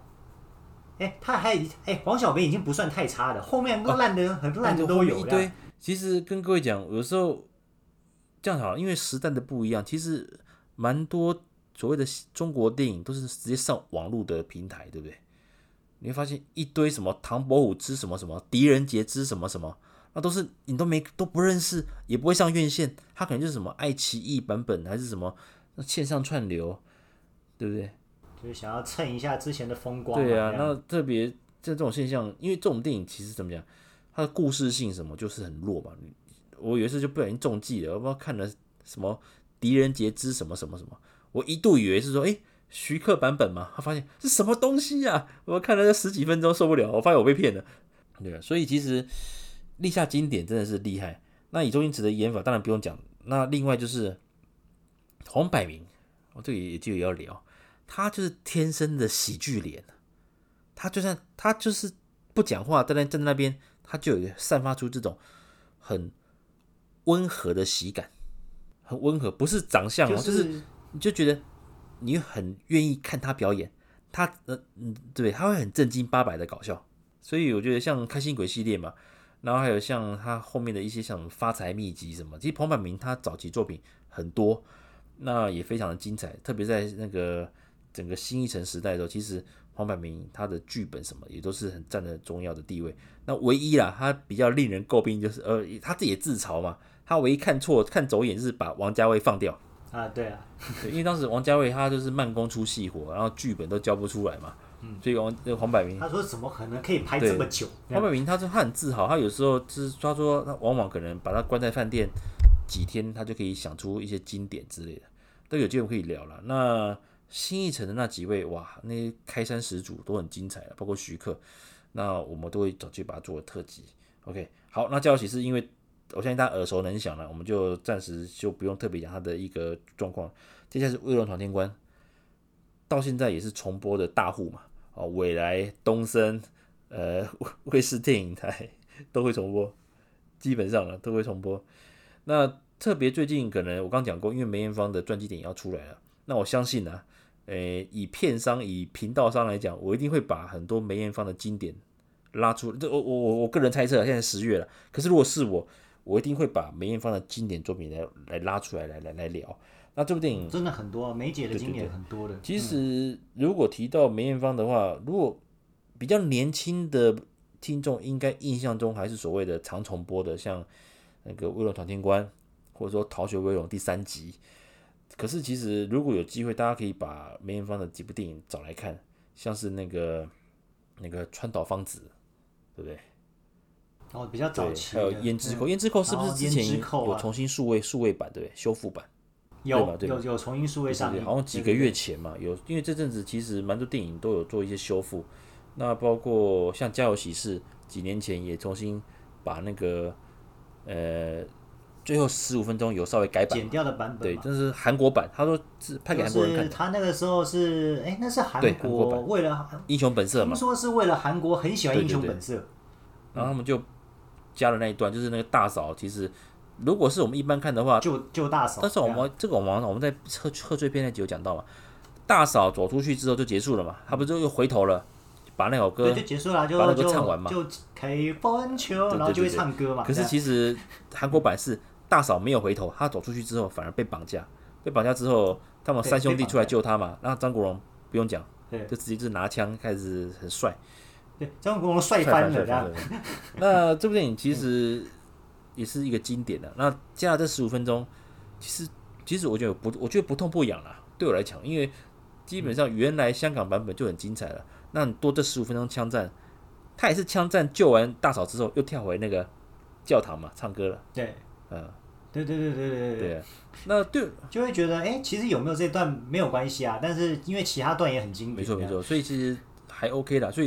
黄晓明已经不算太差的，后面都烂的很烂的都有一堆。其实跟各位讲，有时候这样好了，因为时代的不一样，其实蛮多所谓的中国电影都是直接上网络的平台，对不对？你会发现一堆什么唐伯虎之什么什么，狄仁杰之什么什么，那都是你都不认识，也不会上院线，它可能就是什么爱奇艺版本，还是什么线上串流，对不对？ 就是想要蹭一下之前的风光。 对啊，那特别在这种现象，因为这种电影其实怎么讲，它的故事性什么就是很弱嘛。我有一次就不小心中计了，我不知道看了什么狄仁杰之什么什么什么，我一度以为是说，徐克版本嘛，他发现是什么东西啊？我看了10几分钟受不了，我发现我被骗了。对啊，所以其实立下经典真的是厉害。那以周星驰的演法当然不用讲，那另外就是黄百鸣，这个也就要聊，他就是天生的喜剧脸，他就是不讲话，站在那边，他就有散发出这种很温和的喜感，很温和，不是长相就是你就觉得你很愿意看他表演，对，他会很正经八百的搞笑，所以我觉得像开心鬼系列嘛，然后还有像他后面的一些像发财秘籍什么，其实黄百鸣他早期作品很多，那也非常的精彩，特别在那个整个新艺城时代的时候，其实黄百鸣他的剧本什么也都是很占了重要的地位。那唯一啦，他比较令人诟病就是他自己也自嘲嘛，他唯一看走眼就是把王家卫放掉。 对啊， 对，因为当时王家卫他就是慢工出细活，然后剧本都交不出来嘛，所以黄百鸣他说怎么可能可以拍这么久？ 黄百鸣他很自豪，他有时候就是他说他往往可能把他关在饭店几天，他就可以想出一些经典之类的，都有机会可以聊了。那新艺城的那几位哇，那些开山始祖都很精彩了，包括徐克，那我们都会找去把它做特辑。OK， 好，那家有喜事因为我相信大家耳熟能详了，我们就暂时就不用特别讲它的一个状况。接下来是《威龙闯天关》，到现在也是重播的大户嘛，未来、东森、卫视电影台都会重播，基本上了都会重播。那特别最近可能我刚讲过，因为梅艳芳的传记电影要出来了，那我相信呢，以片商、以频道商来讲，我一定会把很多梅艳芳的经典拉出。我个人猜测，现在10月了，可是如果是我一定会把梅艳芳的经典作品来拉出来来聊。那这部电影真的很多，梅姐的经典很多的。 其实如果提到梅艳芳的话，如果比较年轻的听众应该印象中还是所谓的常重播的，像那个《威龙闯天关》或者说《逃学威龙》第3集。可是其实如果有机会，大家可以把梅艳芳的几部电影找来看，像是那个川岛芳子，对不对？ 比较早期的。 还有胭脂扣，胭脂扣是不是之前有重新数位版，对不对？修复版。 有重新数位上映， 好像几个月前嘛，因为这阵子其实蛮多电影都有做一些修复，那包括像《家有喜事》几年前也重新把那个最后15分钟有稍微改版， 剪掉的版本， 对，这是韩国版，他说是拍给韩国人看的。 他那个时候是，那是韩国版为了英雄本色嘛， 听说是为了韩国很喜欢英雄本色， 然后他们就加了那一段，就是那个大嫂其实。如果是我们一般看的话， 救大嫂。 但是我们在贺岁片那集有讲到嘛，大嫂走出去之后就结束了嘛，他不是又回头了，把那首歌对就结束了， 把那歌唱完嘛， 就开风球，然后就会唱歌嘛。 可是其实韩国版是大嫂没有回头，她走出去之后反而被绑架，之后他们3兄弟出来救她嘛，然后张国荣不用讲，就直接就是拿枪开始很帅， 对，张国荣帅翻了这样。 那这部电影其实。也是一个经典的，那加了这15分钟，其实我觉得不痛不痒啦，对我来讲，因为基本上原来香港版本就很精彩了，那你多这15分钟枪战，他也是枪战救完大嫂之后又跳回那个教堂嘛唱歌了， 对，对啊，那对就会觉得其实有没有这段没有关系啊，但是因为其他段也很经典， 没错，所以其实还 OK 啦，所以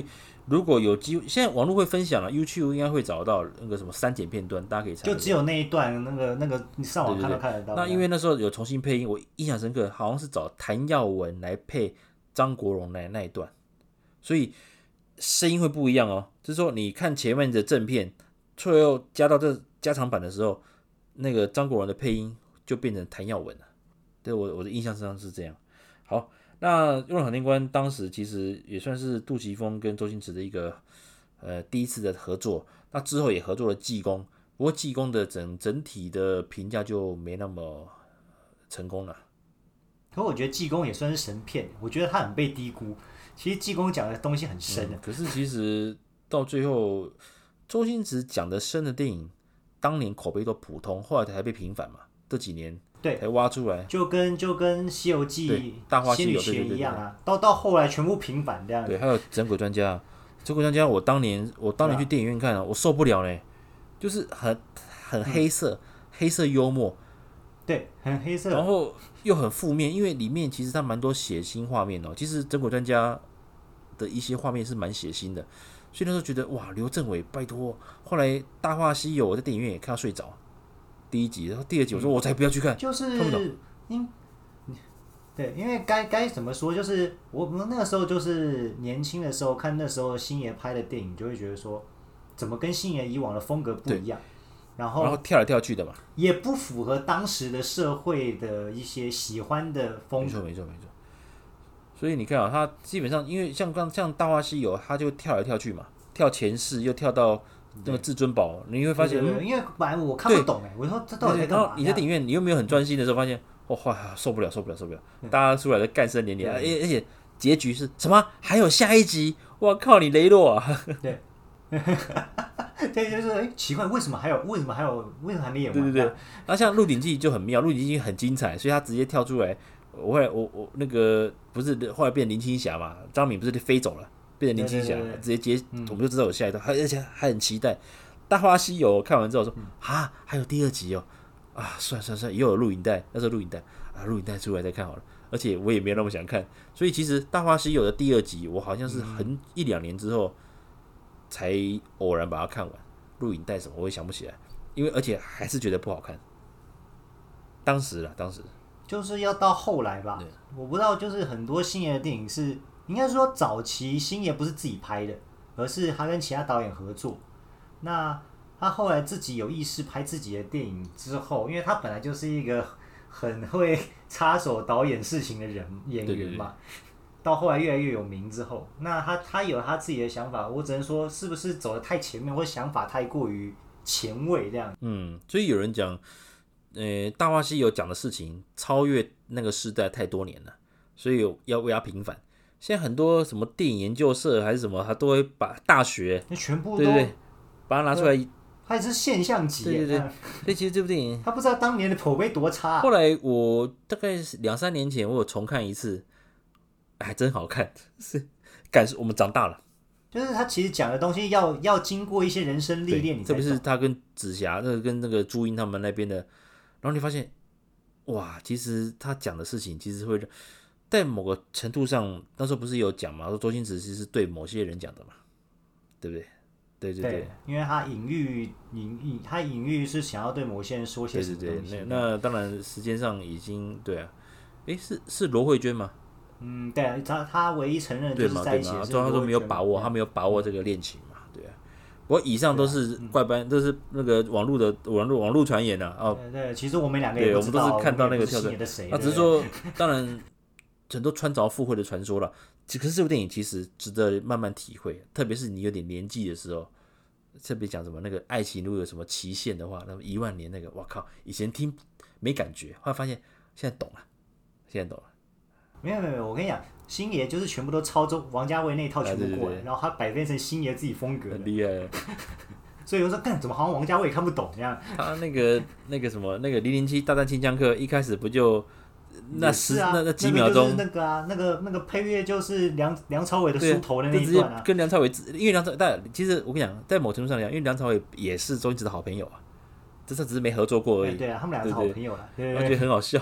如果有机会，现在网络会分享了，YouTube 应该会找到那个什么删减片段，大家可以查。 就只有那一段，那个你上网看都看得到。 那因为那时候有重新配音，我印象深刻，好像是找谭耀文来配张国荣那一段，所以声音会不一样哦。就是说，你看前面的正片，最后加到这加长版的时候，那个张国荣的配音就变成谭耀文了。对我的印象上是这样。好，那《幽灵海天官》当时其实也算是杜琪峰跟周星驰的一个第一次的合作，那之后也合作了济公，不过济公的整体的评价就没那么成功了。 可我觉得济公也算是神片，我觉得他很被低估。其实济公讲的东西很深的， 可是其实到最后，周星驰讲的深的电影，当年口碑都普通，后来才被平反嘛，这几年对才挖出来， 就跟《西游记》 大话西游仙女学一样啊，到后来全部平反这样。 对，还有整鬼专家，整鬼专家我当年去电影院看我受不了呢，就是很黑色，黑色幽默， 对，很黑色， 然后又很负面，因为里面其实它蛮多血腥画面哦。其实整鬼专家的一些画面是蛮血腥的，所以那时候觉得哇，刘镇伟拜托。后来《大话西游》我在电影院也看到睡着，第一集，然后第二集我说我才不要去看， 就是看不懂。 对，因为该怎么说，就是我们那个时候就是年轻的时候看那时候星爷拍的电影，就会觉得说，怎么跟星爷以往的风格不一样，然后跳来跳去的嘛， 也不符合当时的社会的一些喜欢的风格。 没错。所以你看啊，他基本上因为像《大话西游》，他就跳来跳去嘛，跳前世又跳到那个至尊宝，你会发现， 对，因为本来我看不懂我说这到底在干嘛？ 然后你在电影院，你又没有很专心的时候，发现哇，受不了，大家出来的干声连连，而且结局是什么？还有下一集？我靠，你雷洛啊！ 对，对，就是奇怪，为什么还没演完？ 对。那像《鹿鼎记》就很妙，《鹿鼎记》很精彩，所以他直接跳出来。后来我那个不是后来变成林青霞嘛？张敏不是飞走了，变成林青霞，直接我们就知道有下一段，而且还很期待。《大话西游》看完之后说还有第二集哦。算，以后有录影带，那时候录影带出来再看好了。而且我也没有那么想看，所以其实《大话西游》的第二集，我好像是一两年之后才偶然把它看完。录影带什么我也想不起来，而且还是觉得不好看。当时就是要到后来吧，我不知道，就是很多星爷的电影是，应该说早期星爷不是自己拍的，而是他跟其他导演合作。那他后来自己有意识拍自己的电影之后，因为他本来就是一个很会插手导演事情的演员嘛，到后来越来越有名之后，那他有他自己的想法，我只能说是不是走得太前面，或想法太过于前卫这样。 所以有人讲，大话西游讲的事情超越那个时代太多年了，所以要为他平反。现在很多什么电影研究社还是什么，他都会把大学全部都对把它拿出来。 它也是现象级， 对，所以其实这部电影， 他不知道当年的口碑多差。 后来我大概2-3年前，我有重看一次，还真好看，是感受我们长大了。 就是他其实讲的东西要经过一些人生历练，你才懂。 特别是他跟紫霞，跟那个朱茵他们那边的，然后你发现，哇，其实他讲的事情，其实会在某个程度上，那时候不是有讲嘛，说周星驰其实是对某些人讲的嘛，对不对？对， 因为他隐喻是想要对某些人说些什么东西。 对，那当然时间上已经对啊，是罗慧娟吗？ 对啊，他唯一承认就是在一起的是罗慧娟， 他说没有把握，他没有把握这个恋情嘛，对啊。不过以上都是怪班，都是那个网络传言啊。 对，其实我们两个也不知道， 我们都是看到那个跳的，只是说当然很多穿凿附会的传说了。可是这部电影其实值得慢慢体会，特别是你有点年纪的时候，特别讲什么那个爱情如果有什么期限的话，那么10000年那个，我靠，以前听没感觉，后来发现现在懂了。 没有，我跟你讲，星爷就是全部都抄中王家卫那一套全部过来，然后他改编成星爷自己风格的， 很厉害。 所以我说，怎么好像王家卫看不懂这样？ 他那个什么那个007大战清枪客一开始不就那几秒钟， 那个配乐就是梁朝伟的梳头的那一段啊， 跟梁朝伟，因为其实我跟你讲，在某程度上讲，因为梁朝伟也是周星驰的好朋友啊，只是没合作过而已。 对啊，他们两个是好朋友了， 我觉得很好笑。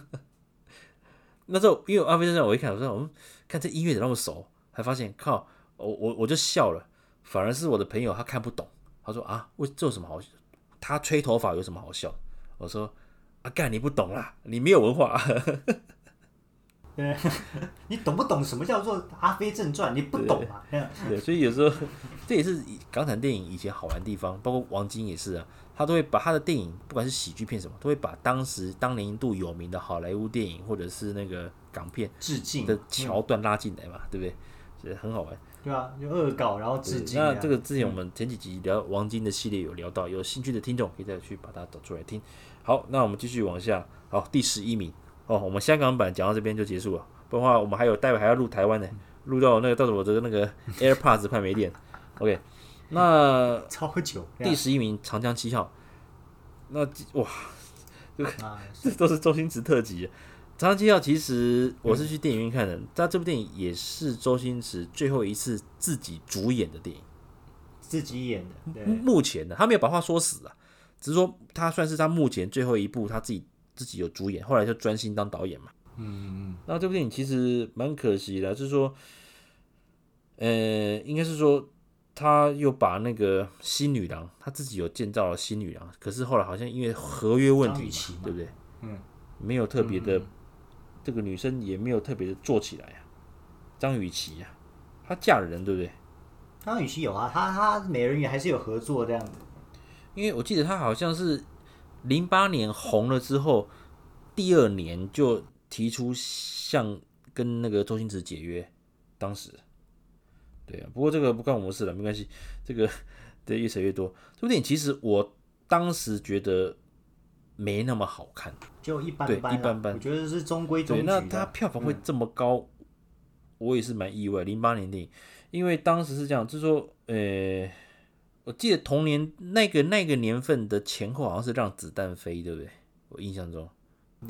那时候因为阿飞先生，我一看，我说看这音乐怎么那么熟，才发现靠， 我就笑了，反而是我的朋友他看不懂，他说啊，这有什么好？他吹头发有什么好笑？我说啊，干你不懂啦，你没有文化。 对，你懂不懂什么叫做《阿飞正传》？你不懂啊。 对，所以有时候这也是港产电影以前好玩的地方，包括王晶也是啊，他都会把他的电影，不管是喜剧片什么，都会把当年度有名的好莱坞电影或者是那个港片致敬的桥段拉进来嘛，对不对？所以很好玩。 对啊，就恶搞然后致敬。 那这个之前我们前几集聊王晶的系列有聊到，有兴趣的听众可以再去把它找出来听。好，那我们继续往下。好，第11名哦，我们香港版讲到这边就结束了，不然的话我们待会还要录台湾的，录到那个到时候我的那个 AirPods 快没电。OK， 那超久。 第11名《长江七号》，那哇，这都是周星驰特辑。长江七号其实我是去电影院看的，但这部电影也是周星驰最后一次自己主演的电影， 自己演的。对， 目前的他没有把话说死啊，只是说他算是他目前最后一部他自己有主演，后来就专心当导演嘛。那这部电影其实蛮可惜的，就是说，应该是说他又把那个新女郎，他自己有建造了新女郎，可是后来好像因为合约问题嘛，对不对？没有特别的。这个女生也没有特别的做起来啊，张雨绮啊，她嫁人对不对？ 张雨绮有啊，她美人鱼还是有合作这样子。 因为我记得她好像是08年红了之后，第2年就提出向跟那个周星驰解约，当时，对啊，不过这个不关我们事了，没关系，这个对越扯越多。这部电影其实我当时觉得没那么好看。 就一般般，一般般。 我觉得是中规中矩。 对，那它票房会这么高，我也是蛮意外。08年电影，因为当时是这样，就是说，我记得同年那个年份的前后好像是让子弹飞，对不对？我印象中。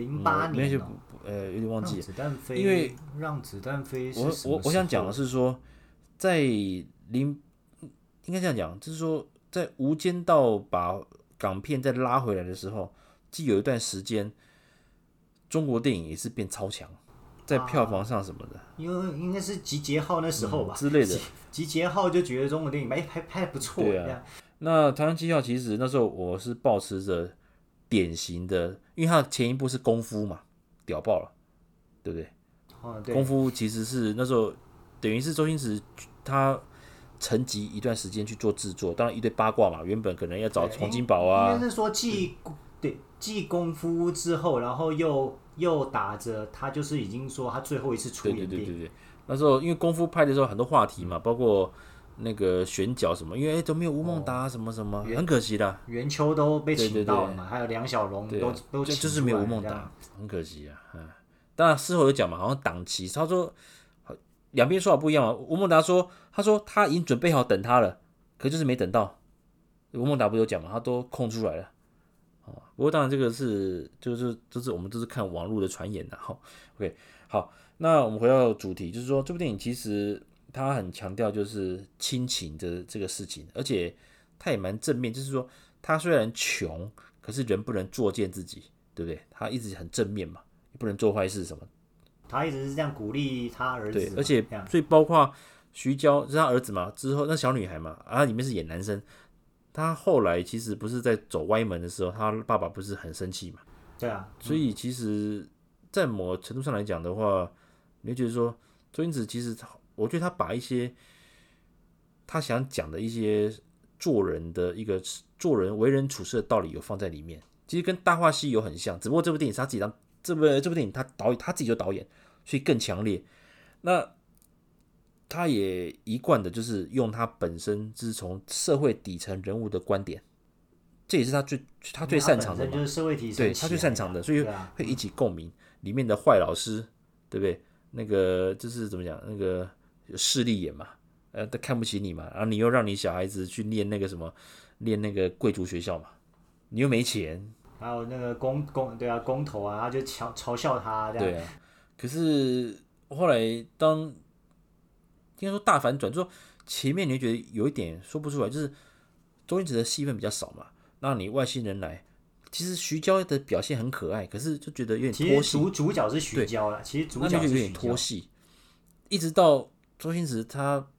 08年、 有点忘记了。 让子弹飞， 因为让子弹飞是什么？ 我想讲的是说，在应该这样讲，就是说，在《无间道》把港片再拉回来的时候，既有一段时间。中国电影也是变超强，在票房上什么的， 因为应该是集结号那时候吧、 之类的。 集结号就觉得中国电影拍得不错。 对啊，那《长江七号》其实那时候我是抱持着典型的，因为它的前一部是功夫嘛，屌爆了，对不对？ 对， 功夫其实是那时候等于是周星驰他沉寂一段时间去做制作，当然一堆八卦嘛，原本可能要找洪金宝啊， 应该是说继功夫之后，然后又打着他就是已经说他最后一次出演电影。 对，那时候因为功夫拍的时候很多话题嘛，包括那个选角什么，因为都没有吴孟达什么什么，很可惜的。 袁秋都被请到了嘛，还有梁小龙都请就是没有吴孟达，很可惜啊。当然事后有讲嘛，好像档期，他说两边说法不一样嘛。吴孟达说，他已经准备好等他了，可就是没等到。吴孟达不是有讲嘛，他都空出来了。不过当然这个是就是我们都是看网络的传言的哈。OK， 好，那我们回到主题，就是说这部电影其实它很强调就是亲情的这个事情，而且它也蛮正面，就是说他虽然穷，可是人不能作践自己，对不对？他一直很正面嘛，也不能做坏事什么。 他一直是这样鼓励他儿子， 对，而且所以包括徐娇是他儿子嘛，之后那小女孩嘛，啊，里面是演男生。他后来其实不是在走歪门的时候，他爸爸不是很生气嘛？ 对啊， 所以其实，在某程度上来讲的话，你会觉得说，周星驰其实，我觉得他把一些他想讲的一些做人为人处事的道理有放在里面，其实跟《大话西游》很像，只不过这部电影是他自己这部电影他自己就导演，所以更强烈。那他也一贯的就是用他本身是从社会底层人物的观点，这也是他最擅长的嘛， 就是社会底层， 对他最擅长的，所以会引起共鸣。里面的坏老师，对不对？那个就是怎么讲，那个势利眼嘛，他看不起你嘛，然后你又让你小孩子去念那个什么，念那个贵族学校嘛，你又没钱， 还有那个公头啊，他就嘲笑他这样。 对啊，可是后来应该说大反转，就说前面你会觉得有一点说不出来，就是周星驰的戏份比较少嘛，那你外星人来，其实徐娇的表现很可爱，可是就觉得有点拖戏。 其实主角是徐娇啦，其实主角是有点拖戏，一直到周星驰他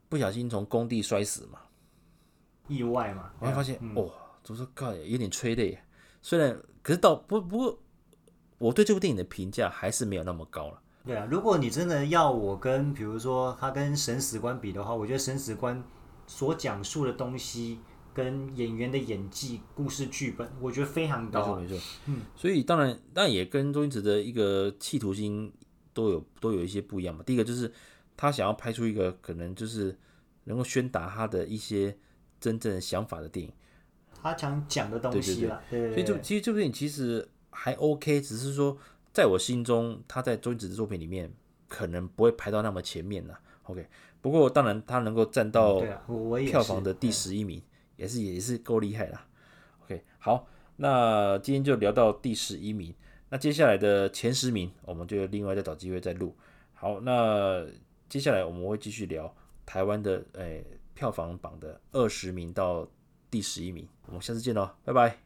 不小心从工地摔死嘛， 意外嘛， 我会发现怎么说，靠，有点催泪。虽然可是不过，我对这部电影的评价还是没有那么高了。 对啊，如果你真的要我跟比如说他跟审死官比的话，我觉得审死官所讲述的东西跟演员的演技、故事剧本，我觉得非常高。 没错，所以当然也跟周星驰的一个企图心都有一些不一样嘛。第一个就是他想要拍出一个可能就是能够宣达他的一些真正的想法的电影。 他想讲的东西啦，对。 所以其实这部电影其实还 OK， 只是说在我心中，他在周星驰的作品里面可能不会排到那么前面啦。OK， 不过当然他能够站到票房的第11名，也是够厉害啦。OK， 好，那今天就聊到第11名，那接下来的前10名，我们就另外再找机会再录。好，那接下来我们会继续聊台湾的票房榜的20名到第11名，我们下次见喽，拜拜。